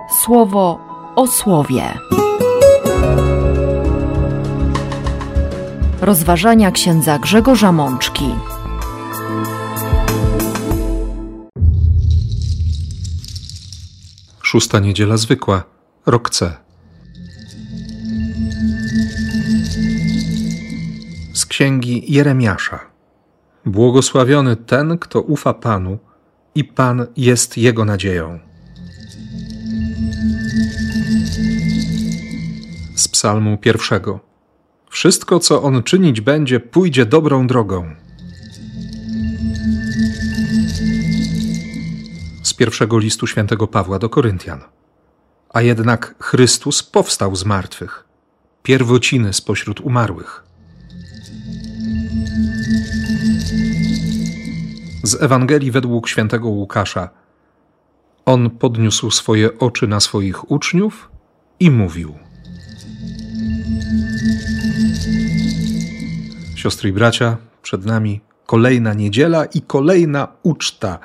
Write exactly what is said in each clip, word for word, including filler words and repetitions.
Słowo o słowie. Rozważania księdza Grzegorza Mączki. Szósta niedziela zwykła, rok C. Z księgi Jeremiasza. Błogosławiony ten, kto ufa Panu, i Pan jest jego nadzieją. Z psalmu pierwszego. Wszystko, co on czynić będzie, pójdzie dobrą drogą. Z pierwszego listu świętego Pawła do Koryntian. A jednak Chrystus powstał z martwych, pierwociny spośród umarłych. Z Ewangelii według świętego Łukasza. On podniósł swoje oczy na swoich uczniów i mówił. Siostry i bracia, przed nami kolejna niedziela i kolejna uczta.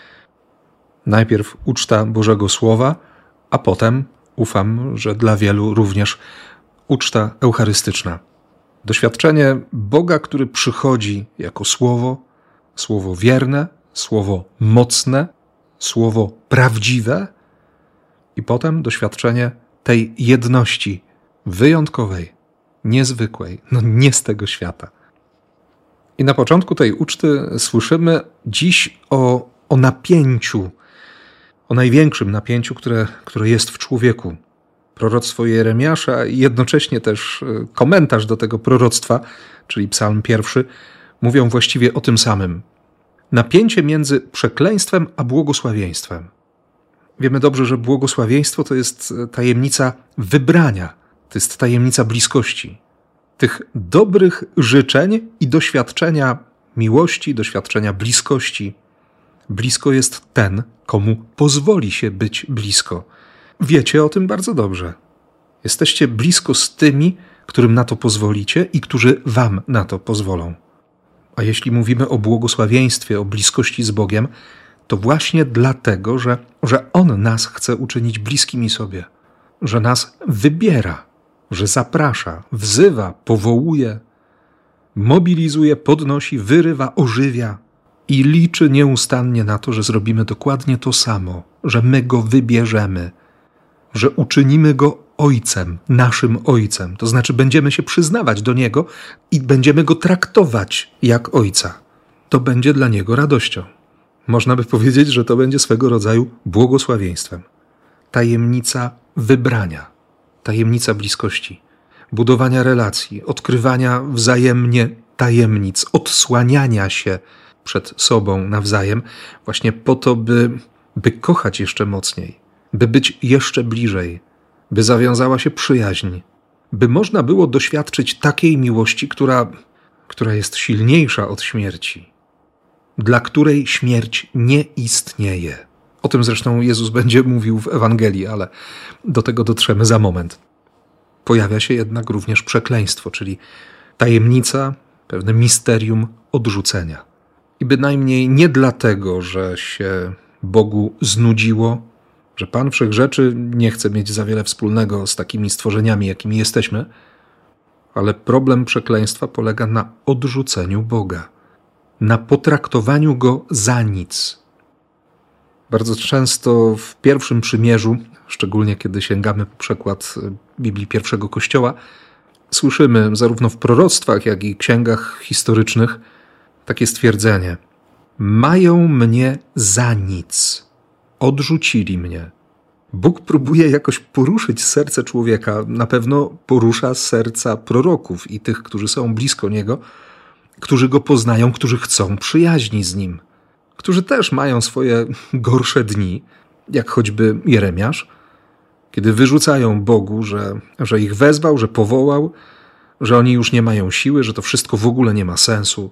Najpierw uczta Bożego Słowa, a potem, ufam, że dla wielu również uczta eucharystyczna. Doświadczenie Boga, który przychodzi jako Słowo, Słowo wierne, Słowo mocne, Słowo prawdziwe i potem doświadczenie tej jedności wyjątkowej, niezwykłej, no nie z tego świata. I na początku tej uczty słyszymy dziś o, o napięciu, o największym napięciu, które, które jest w człowieku. Proroctwo Jeremiasza i jednocześnie też komentarz do tego proroctwa, czyli psalm pierwszy, mówią właściwie o tym samym. Napięcie między przekleństwem a błogosławieństwem. Wiemy dobrze, że błogosławieństwo to jest tajemnica wybrania, to jest tajemnica bliskości. Tych dobrych życzeń i doświadczenia miłości, doświadczenia bliskości. Blisko jest ten, komu pozwoli się być blisko. Wiecie o tym bardzo dobrze. Jesteście blisko z tymi, którym na to pozwolicie i którzy wam na to pozwolą. A jeśli mówimy o błogosławieństwie, o bliskości z Bogiem, to właśnie dlatego, że, że On nas chce uczynić bliskimi sobie, że nas wybiera, że zaprasza, wzywa, powołuje, mobilizuje, podnosi, wyrywa, ożywia i liczy nieustannie na to, że zrobimy dokładnie to samo, że my Go wybierzemy, że uczynimy Go Ojcem, naszym Ojcem. To znaczy będziemy się przyznawać do Niego i będziemy Go traktować jak Ojca. To będzie dla Niego radością. Można by powiedzieć, że to będzie swego rodzaju błogosławieństwem. Tajemnica wybrania, tajemnica bliskości, budowania relacji, odkrywania wzajemnie tajemnic, odsłaniania się przed sobą nawzajem, właśnie po to, by, by kochać jeszcze mocniej, by być jeszcze bliżej, by zawiązała się przyjaźń, by można było doświadczyć takiej miłości, która, która jest silniejsza od śmierci, dla której śmierć nie istnieje. O tym zresztą Jezus będzie mówił w Ewangelii, ale do tego dotrzemy za moment. Pojawia się jednak również przekleństwo, czyli tajemnica, pewne misterium odrzucenia. I bynajmniej nie dlatego, że się Bogu znudziło, że Pan Wszechrzeczy nie chce mieć za wiele wspólnego z takimi stworzeniami, jakimi jesteśmy, ale problem przekleństwa polega na odrzuceniu Boga, na potraktowaniu Go za nic. Bardzo często w Pierwszym Przymierzu, szczególnie kiedy sięgamy po przekład Biblii Pierwszego Kościoła, słyszymy zarówno w proroctwach, jak i księgach historycznych takie stwierdzenie: mają mnie za nic. Odrzucili mnie. Bóg próbuje jakoś poruszyć serce człowieka, na pewno porusza serca proroków i tych, którzy są blisko Niego, którzy Go poznają, którzy chcą przyjaźni z Nim, którzy też mają swoje gorsze dni, jak choćby Jeremiasz, kiedy wyrzucają Bogu, że, że ich wezwał, że powołał, że oni już nie mają siły, że to wszystko w ogóle nie ma sensu,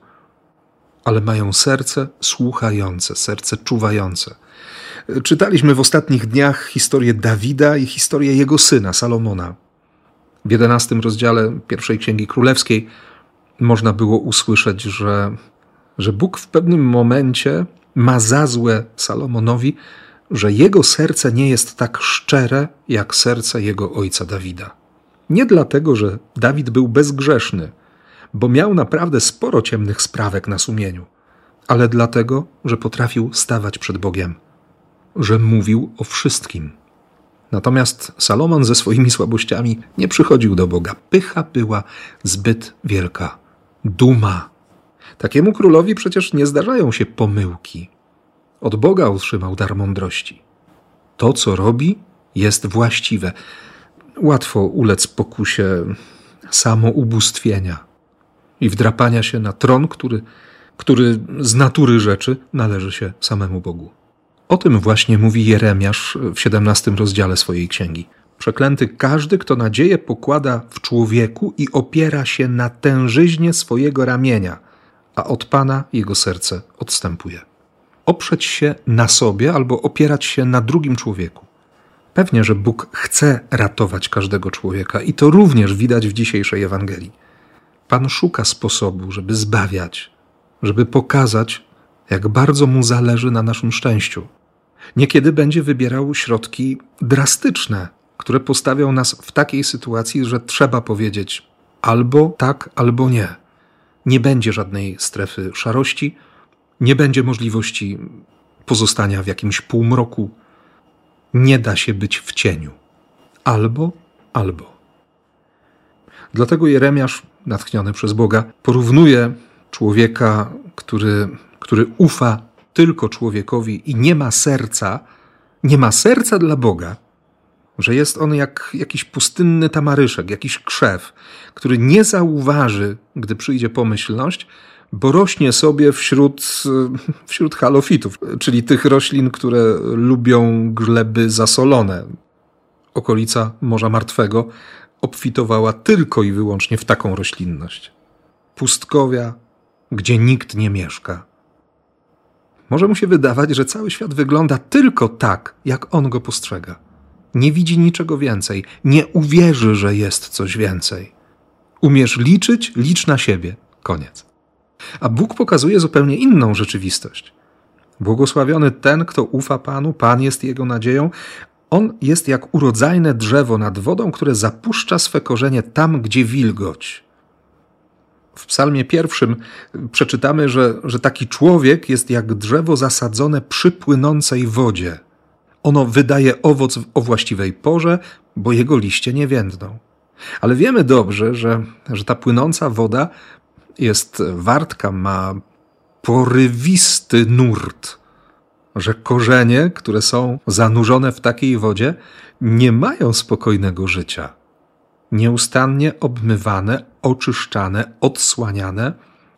ale mają serce słuchające, serce czuwające. Czytaliśmy w ostatnich dniach historię Dawida i historię jego syna, Salomona. W jedenastym rozdziale pierwszej Księgi Królewskiej można było usłyszeć, że, że Bóg w pewnym momencie ma za złe Salomonowi, że jego serce nie jest tak szczere, jak serce jego ojca Dawida. Nie dlatego, że Dawid był bezgrzeszny, bo miał naprawdę sporo ciemnych sprawek na sumieniu, ale dlatego, że potrafił stawać przed Bogiem, że mówił o wszystkim. Natomiast Salomon ze swoimi słabościami nie przychodził do Boga. Pycha była zbyt wielka. Duma. Takiemu królowi przecież nie zdarzają się pomyłki. Od Boga otrzymał dar mądrości. To, co robi, jest właściwe. Łatwo ulec pokusie samoubóstwienia i wdrapania się na tron, który, który z natury rzeczy należy się samemu Bogu. O tym właśnie mówi Jeremiasz w siedemnastym rozdziale swojej księgi. Przeklęty każdy, kto nadzieję pokłada w człowieku i opiera się na tężyźnie swojego ramienia, a od Pana jego serce odstępuje. Oprzeć się na sobie albo opierać się na drugim człowieku. Pewnie, że Bóg chce ratować każdego człowieka i to również widać w dzisiejszej Ewangelii. Pan szuka sposobu, żeby zbawiać, żeby pokazać, jak bardzo Mu zależy na naszym szczęściu. Niekiedy będzie wybierał środki drastyczne, które postawią nas w takiej sytuacji, że trzeba powiedzieć albo tak, albo nie. Nie będzie żadnej strefy szarości, nie będzie możliwości pozostania w jakimś półmroku. Nie da się być w cieniu. Albo, albo. Dlatego Jeremiasz, natchniony przez Boga, porównuje człowieka, który, który ufa tylko człowiekowi i nie ma serca, nie ma serca dla Boga, że jest on jak jakiś pustynny tamaryszek, jakiś krzew, który nie zauważy, gdy przyjdzie pomyślność, bo rośnie sobie wśród, wśród halofitów, czyli tych roślin, które lubią gleby zasolone. Okolica Morza Martwego obfitowała tylko i wyłącznie w taką roślinność. Pustkowia, gdzie nikt nie mieszka. Może mu się wydawać, że cały świat wygląda tylko tak, jak on go postrzega. Nie widzi niczego więcej, nie uwierzy, że jest coś więcej. Umiesz liczyć? Licz na siebie. Koniec. A Bóg pokazuje zupełnie inną rzeczywistość. Błogosławiony ten, kto ufa Panu, Pan jest jego nadzieją. On jest jak urodzajne drzewo nad wodą, które zapuszcza swe korzenie tam, gdzie wilgoć. W psalmie pierwszym przeczytamy, że, że taki człowiek jest jak drzewo zasadzone przy płynącej wodzie. Ono wydaje owoc o właściwej porze, bo jego liście nie więdną. Ale wiemy dobrze, że, że ta płynąca woda jest wartka, ma porywisty nurt, że korzenie, które są zanurzone w takiej wodzie, nie mają spokojnego życia. Nieustannie obmywane, oczyszczane, odsłaniane,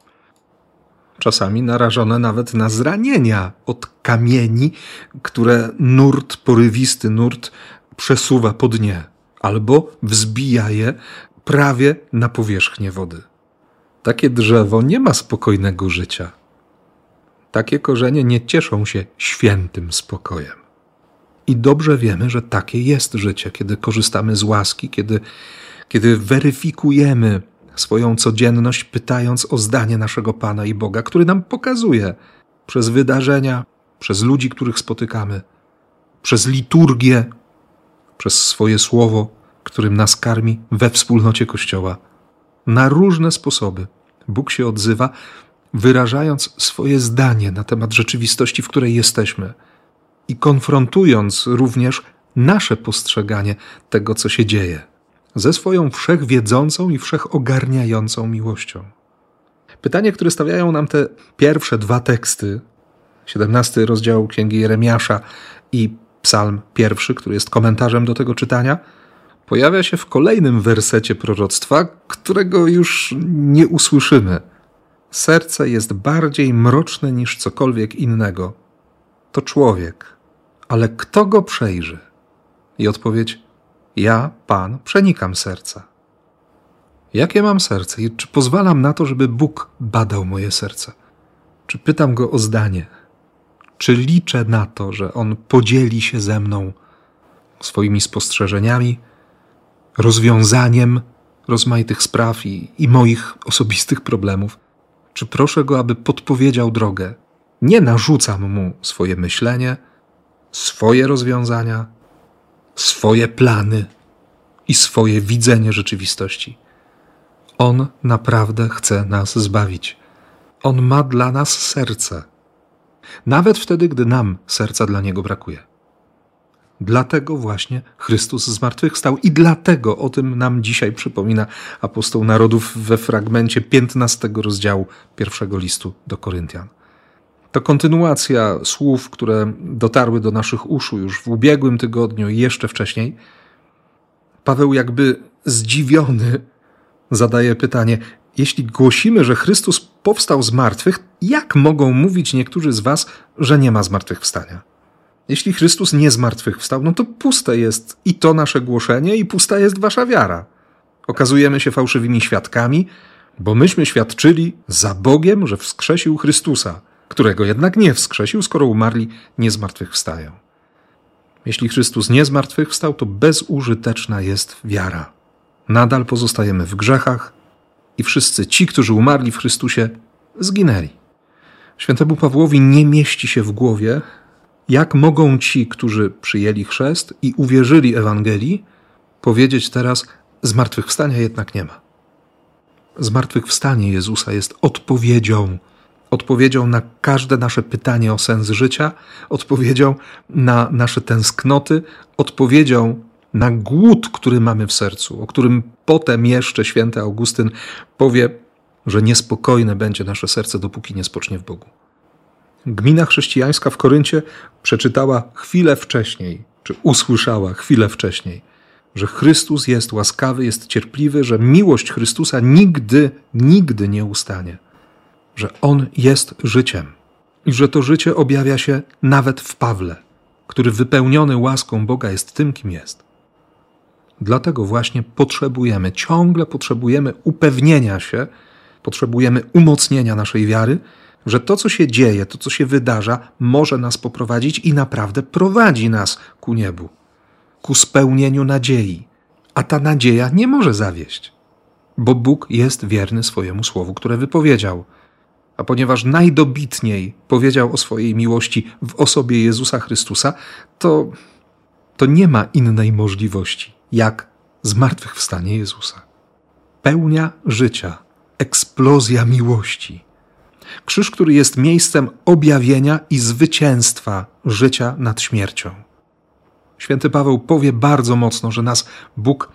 czasami narażone nawet na zranienia od kamieni, które nurt, porywisty nurt przesuwa po dnie albo wzbija je prawie na powierzchnię wody. Takie drzewo nie ma spokojnego życia. Takie korzenie nie cieszą się świętym spokojem. I dobrze wiemy, że takie jest życie, kiedy korzystamy z łaski, kiedy, kiedy weryfikujemy swoją codzienność, pytając o zdanie naszego Pana i Boga, który nam pokazuje przez wydarzenia, przez ludzi, których spotykamy, przez liturgię, przez swoje słowo, którym nas karmi we wspólnocie Kościoła. Na różne sposoby Bóg się odzywa, wyrażając swoje zdanie na temat rzeczywistości, w której jesteśmy i konfrontując również nasze postrzeganie tego, co się dzieje, ze swoją wszechwiedzącą i wszechogarniającą miłością. Pytanie, które stawiają nam te pierwsze dwa teksty, siedemnasty rozdział Księgi Jeremiasza i Psalm pierwszy, który jest komentarzem do tego czytania, pojawia się w kolejnym wersecie proroctwa, którego już nie usłyszymy. Serce jest bardziej mroczne niż cokolwiek innego. To człowiek, ale kto go przejrzy? I odpowiedź: ja, Pan, przenikam serca. Jakie mam serce i czy pozwalam na to, żeby Bóg badał moje serce? Czy pytam Go o zdanie? Czy liczę na to, że On podzieli się ze mną swoimi spostrzeżeniami, rozwiązaniem rozmaitych spraw i, i moich osobistych problemów? Czy proszę Go, aby podpowiedział drogę? Nie narzucam Mu swoje myślenie, swoje rozwiązania, swoje plany i swoje widzenie rzeczywistości. On naprawdę chce nas zbawić. On ma dla nas serce. Nawet wtedy, gdy nam serca dla Niego brakuje. Dlatego właśnie Chrystus zmartwychwstał i dlatego o tym nam dzisiaj przypomina apostoł narodów we fragmencie piętnastego rozdziału pierwszego listu do Koryntian. To kontynuacja słów, które dotarły do naszych uszu już w ubiegłym tygodniu i jeszcze wcześniej. Paweł jakby zdziwiony zadaje pytanie: jeśli głosimy, że Chrystus powstał z martwych, jak mogą mówić niektórzy z was, że nie ma zmartwychwstania? Jeśli Chrystus nie zmartwychwstał, no to puste jest i to nasze głoszenie, i pusta jest wasza wiara. Okazujemy się fałszywymi świadkami, bo myśmy świadczyli za Bogiem, że wskrzesił Chrystusa, którego jednak nie wskrzesił, skoro umarli nie zmartwychwstają. Jeśli Chrystus nie zmartwychwstał, to bezużyteczna jest wiara. Nadal pozostajemy w grzechach i wszyscy ci, którzy umarli w Chrystusie, zginęli. Świętemu Pawłowi nie mieści się w głowie, jak mogą ci, którzy przyjęli chrzest i uwierzyli Ewangelii, powiedzieć teraz: zmartwychwstania jednak nie ma. Zmartwychwstanie Jezusa jest odpowiedzią. Odpowiedzią na każde nasze pytanie o sens życia, odpowiedzią na nasze tęsknoty, odpowiedzią na głód, który mamy w sercu, o którym potem jeszcze święty Augustyn powie, że niespokojne będzie nasze serce, dopóki nie spocznie w Bogu. Gmina chrześcijańska w Koryncie przeczytała chwilę wcześniej, czy usłyszała chwilę wcześniej, że Chrystus jest łaskawy, jest cierpliwy, że miłość Chrystusa nigdy, nigdy nie ustanie, że On jest życiem i że to życie objawia się nawet w Pawle, który wypełniony łaską Boga jest tym, kim jest. Dlatego właśnie potrzebujemy, ciągle potrzebujemy upewnienia się, potrzebujemy umocnienia naszej wiary, że to, co się dzieje, to, co się wydarza, może nas poprowadzić i naprawdę prowadzi nas ku niebu, ku spełnieniu nadziei. A ta nadzieja nie może zawieść, bo Bóg jest wierny swojemu słowu, które wypowiedział. A ponieważ najdobitniej powiedział o swojej miłości w osobie Jezusa Chrystusa, to, to nie ma innej możliwości, jak zmartwychwstanie Jezusa. Pełnia życia, eksplozja miłości. Krzyż, który jest miejscem objawienia i zwycięstwa życia nad śmiercią. Święty Paweł powie bardzo mocno, że nas Bóg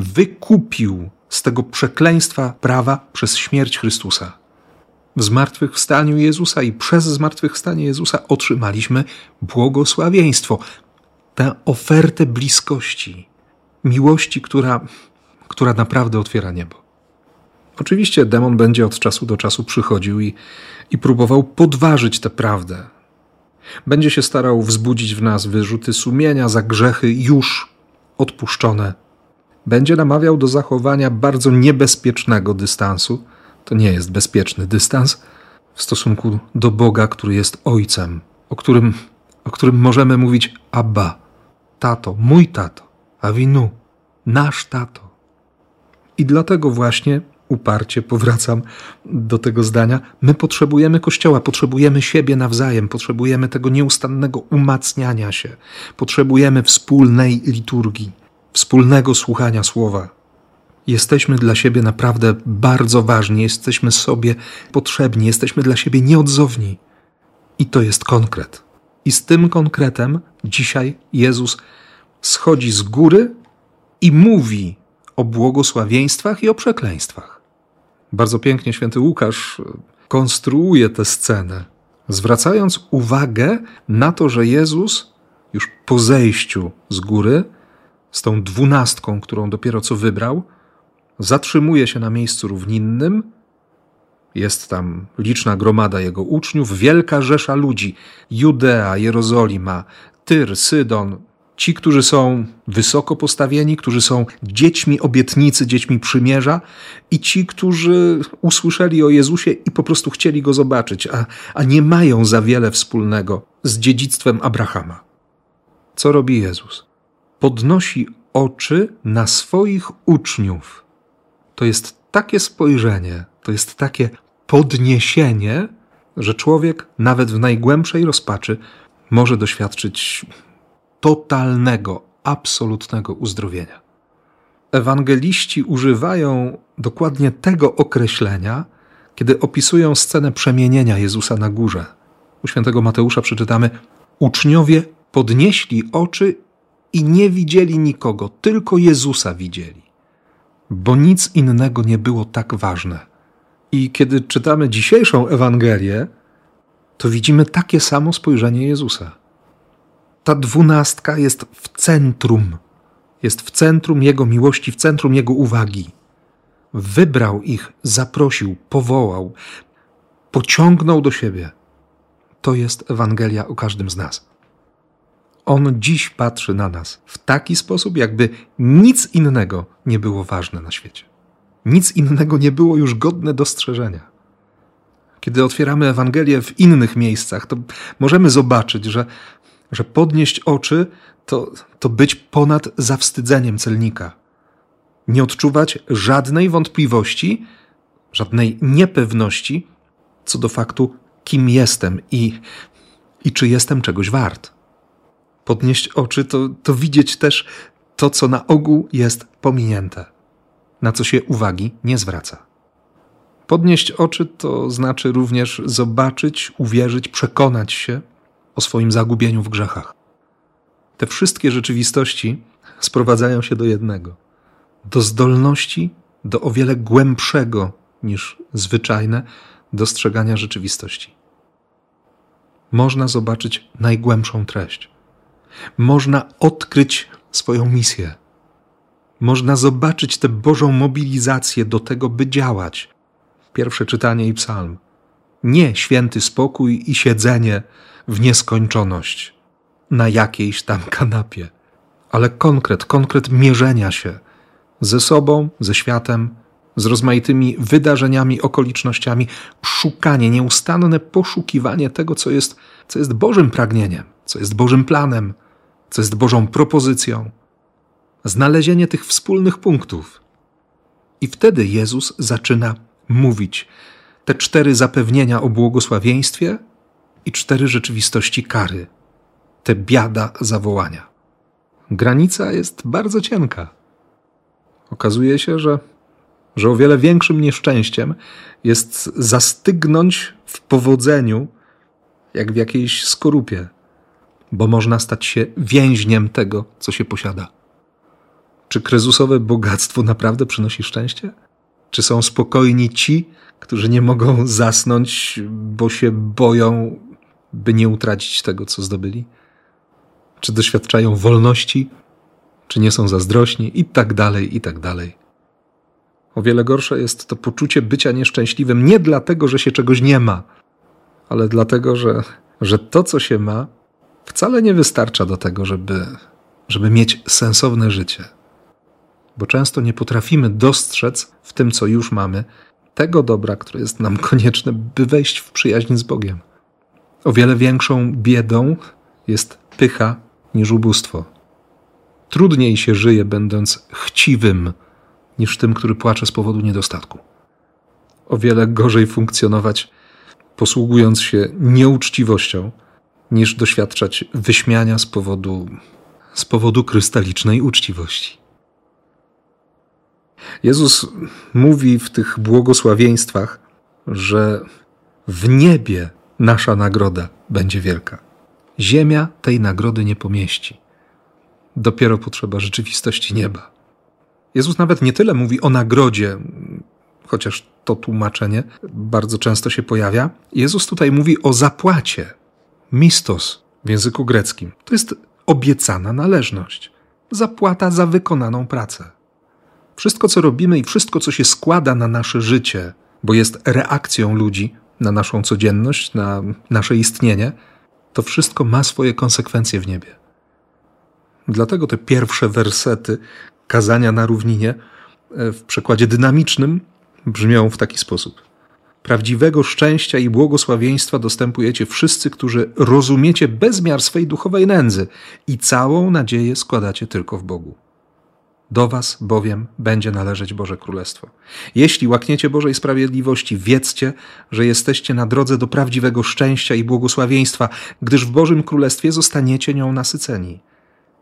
wykupił z tego przekleństwa prawa przez śmierć Chrystusa. W zmartwychwstaniu Jezusa i przez zmartwychwstanie Jezusa otrzymaliśmy błogosławieństwo, tę ofertę bliskości, miłości, która, która naprawdę otwiera niebo. Oczywiście demon będzie od czasu do czasu przychodził i, i próbował podważyć tę prawdę. Będzie się starał wzbudzić w nas wyrzuty sumienia za grzechy już odpuszczone. Będzie namawiał do zachowania bardzo niebezpiecznego dystansu. To nie jest bezpieczny dystans w stosunku do Boga, który jest Ojcem, o którym, o którym możemy mówić Abba, tato, mój tato, Avinu, nasz tato. I dlatego właśnie uparcie powracam do tego zdania. My potrzebujemy Kościoła, potrzebujemy siebie nawzajem, potrzebujemy tego nieustannego umacniania się, potrzebujemy wspólnej liturgii, wspólnego słuchania Słowa. Jesteśmy dla siebie naprawdę bardzo ważni, jesteśmy sobie potrzebni, jesteśmy dla siebie nieodzowni. I to jest konkret. I z tym konkretem dzisiaj Jezus schodzi z góry i mówi o błogosławieństwach i o przekleństwach. Bardzo pięknie święty Łukasz konstruuje tę scenę, zwracając uwagę na to, że Jezus już po zejściu z góry, z tą dwunastką, którą dopiero co wybrał, zatrzymuje się na miejscu równinnym. Jest tam liczna gromada Jego uczniów, wielka rzesza ludzi, Judea, Jerozolima, Tyr, Sydon, ci, którzy są wysoko postawieni, którzy są dziećmi obietnicy, dziećmi przymierza i ci, którzy usłyszeli o Jezusie i po prostu chcieli Go zobaczyć, a, a nie mają za wiele wspólnego z dziedzictwem Abrahama. Co robi Jezus? Podnosi oczy na swoich uczniów. To jest takie spojrzenie, to jest takie podniesienie, że człowiek nawet w najgłębszej rozpaczy może doświadczyć totalnego, absolutnego uzdrowienia. Ewangeliści używają dokładnie tego określenia, kiedy opisują scenę przemienienia Jezusa na górze. U świętego Mateusza przeczytamy: uczniowie podnieśli oczy i nie widzieli nikogo, tylko Jezusa widzieli, bo nic innego nie było tak ważne. I kiedy czytamy dzisiejszą Ewangelię, to widzimy takie samo spojrzenie Jezusa. Ta dwunastka jest w centrum, jest w centrum Jego miłości, w centrum Jego uwagi. Wybrał ich, zaprosił, powołał, pociągnął do siebie. To jest Ewangelia o każdym z nas. On dziś patrzy na nas w taki sposób, jakby nic innego nie było ważne na świecie. Nic innego nie było już godne dostrzeżenia. Kiedy otwieramy Ewangelię w innych miejscach, to możemy zobaczyć, że, że podnieść oczy to, to być ponad zawstydzeniem celnika. Nie odczuwać żadnej wątpliwości, żadnej niepewności co do faktu, kim jestem i, i czy jestem czegoś wart. Podnieść oczy to, to widzieć też to, co na ogół jest pominięte, na co się uwagi nie zwraca. Podnieść oczy to znaczy również zobaczyć, uwierzyć, przekonać się o swoim zagubieniu w grzechach. Te wszystkie rzeczywistości sprowadzają się do jednego. Do zdolności do o wiele głębszego niż zwyczajne dostrzegania rzeczywistości. Można zobaczyć najgłębszą treść. Można odkryć swoją misję. Można zobaczyć tę Bożą mobilizację do tego, by działać. Pierwsze czytanie i psalm. Nie święty spokój i siedzenie w nieskończoność na jakiejś tam kanapie, ale konkret, konkret mierzenia się ze sobą, ze światem, z rozmaitymi wydarzeniami, okolicznościami, szukanie, nieustanne poszukiwanie tego, co jest, co jest Bożym pragnieniem, co jest Bożym planem, co jest Bożą propozycją. Znalezienie tych wspólnych punktów. I wtedy Jezus zaczyna mówić te cztery zapewnienia o błogosławieństwie i cztery rzeczywistości kary. Te biada zawołania. Granica jest bardzo cienka. Okazuje się, że, że o wiele większym nieszczęściem jest zastygnąć w powodzeniu, jak w jakiejś skorupie, bo można stać się więźniem tego, co się posiada. Czy kryzysowe bogactwo naprawdę przynosi szczęście? Czy są spokojni ci, którzy nie mogą zasnąć, bo się boją, by nie utracić tego, co zdobyli? Czy doświadczają wolności? Czy nie są zazdrośni? I tak dalej, i tak dalej. O wiele gorsze jest to poczucie bycia nieszczęśliwym nie dlatego, że się czegoś nie ma, ale dlatego, że, że to, co się ma, wcale nie wystarcza do tego, żeby, żeby mieć sensowne życie. Bo często nie potrafimy dostrzec w tym, co już mamy, tego dobra, które jest nam konieczne, by wejść w przyjaźń z Bogiem. O wiele większą biedą jest pycha niż ubóstwo. Trudniej się żyje, będąc chciwym, niż tym, który płacze z powodu niedostatku. O wiele gorzej funkcjonować, posługując się nieuczciwością, niż doświadczać wyśmiania z powodu, z powodu krystalicznej uczciwości. Jezus mówi w tych błogosławieństwach, że w niebie nasza nagroda będzie wielka. Ziemia tej nagrody nie pomieści. Dopiero potrzeba rzeczywistości nieba. Jezus nawet nie tyle mówi o nagrodzie, chociaż to tłumaczenie bardzo często się pojawia. Jezus tutaj mówi o zapłacie. Mistos w języku greckim. To jest obiecana należność. Zapłata za wykonaną pracę. Wszystko, co robimy i wszystko, co się składa na nasze życie, bo jest reakcją ludzi na naszą codzienność, na nasze istnienie, to wszystko ma swoje konsekwencje w niebie. Dlatego te pierwsze wersety kazania na równinie w przekładzie dynamicznym brzmią w taki sposób. Prawdziwego szczęścia i błogosławieństwa dostępujecie wszyscy, którzy rozumiecie bezmiar swej duchowej nędzy i całą nadzieję składacie tylko w Bogu. Do was bowiem będzie należeć Boże Królestwo. Jeśli łakniecie Bożej sprawiedliwości, wiedzcie, że jesteście na drodze do prawdziwego szczęścia i błogosławieństwa, gdyż w Bożym Królestwie zostaniecie nią nasyceni.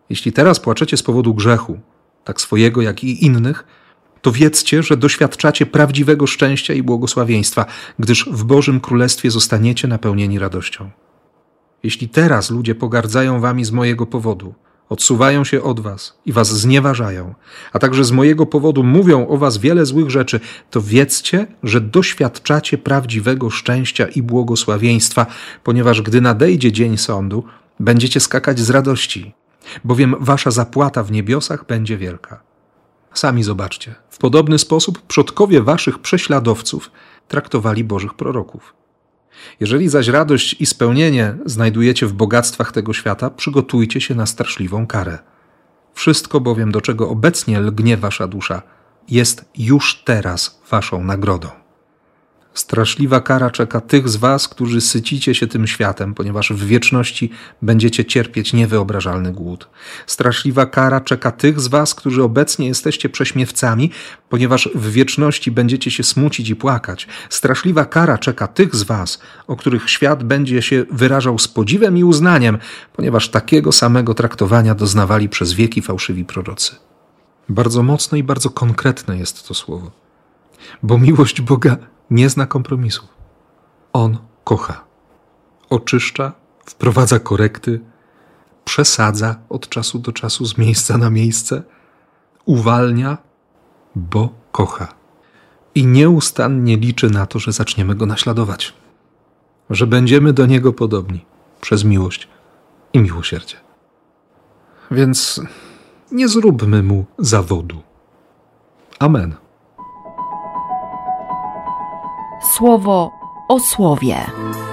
Jeśli teraz płaczecie z powodu grzechu, tak swojego jak i innych, to wiedzcie, że doświadczacie prawdziwego szczęścia i błogosławieństwa, gdyż w Bożym Królestwie zostaniecie napełnieni radością. Jeśli teraz ludzie pogardzają wami z mojego powodu, odsuwają się od was i was znieważają, a także z mojego powodu mówią o was wiele złych rzeczy, to wiedzcie, że doświadczacie prawdziwego szczęścia i błogosławieństwa, ponieważ gdy nadejdzie dzień sądu, będziecie skakać z radości, bowiem wasza zapłata w niebiosach będzie wielka. Sami zobaczcie, w podobny sposób przodkowie waszych prześladowców traktowali Bożych proroków. Jeżeli zaś radość i spełnienie znajdujecie w bogactwach tego świata, przygotujcie się na straszliwą karę. Wszystko bowiem, do czego obecnie lgnie wasza dusza, jest już teraz waszą nagrodą. Straszliwa kara czeka tych z was, którzy sycicie się tym światem, ponieważ w wieczności będziecie cierpieć niewyobrażalny głód. Straszliwa kara czeka tych z was, którzy obecnie jesteście prześmiewcami, ponieważ w wieczności będziecie się smucić i płakać. Straszliwa kara czeka tych z was, o których świat będzie się wyrażał z podziwem i uznaniem, ponieważ takiego samego traktowania doznawali przez wieki fałszywi prorocy. Bardzo mocne i bardzo konkretne jest to słowo, bo miłość Boga nie zna kompromisów. On kocha, oczyszcza, wprowadza korekty, przesadza od czasu do czasu z miejsca na miejsce, uwalnia, bo kocha. I nieustannie liczy na to, że zaczniemy Go naśladować, że będziemy do Niego podobni przez miłość i miłosierdzie. Więc nie zróbmy Mu zawodu. Amen. Słowo o słowie.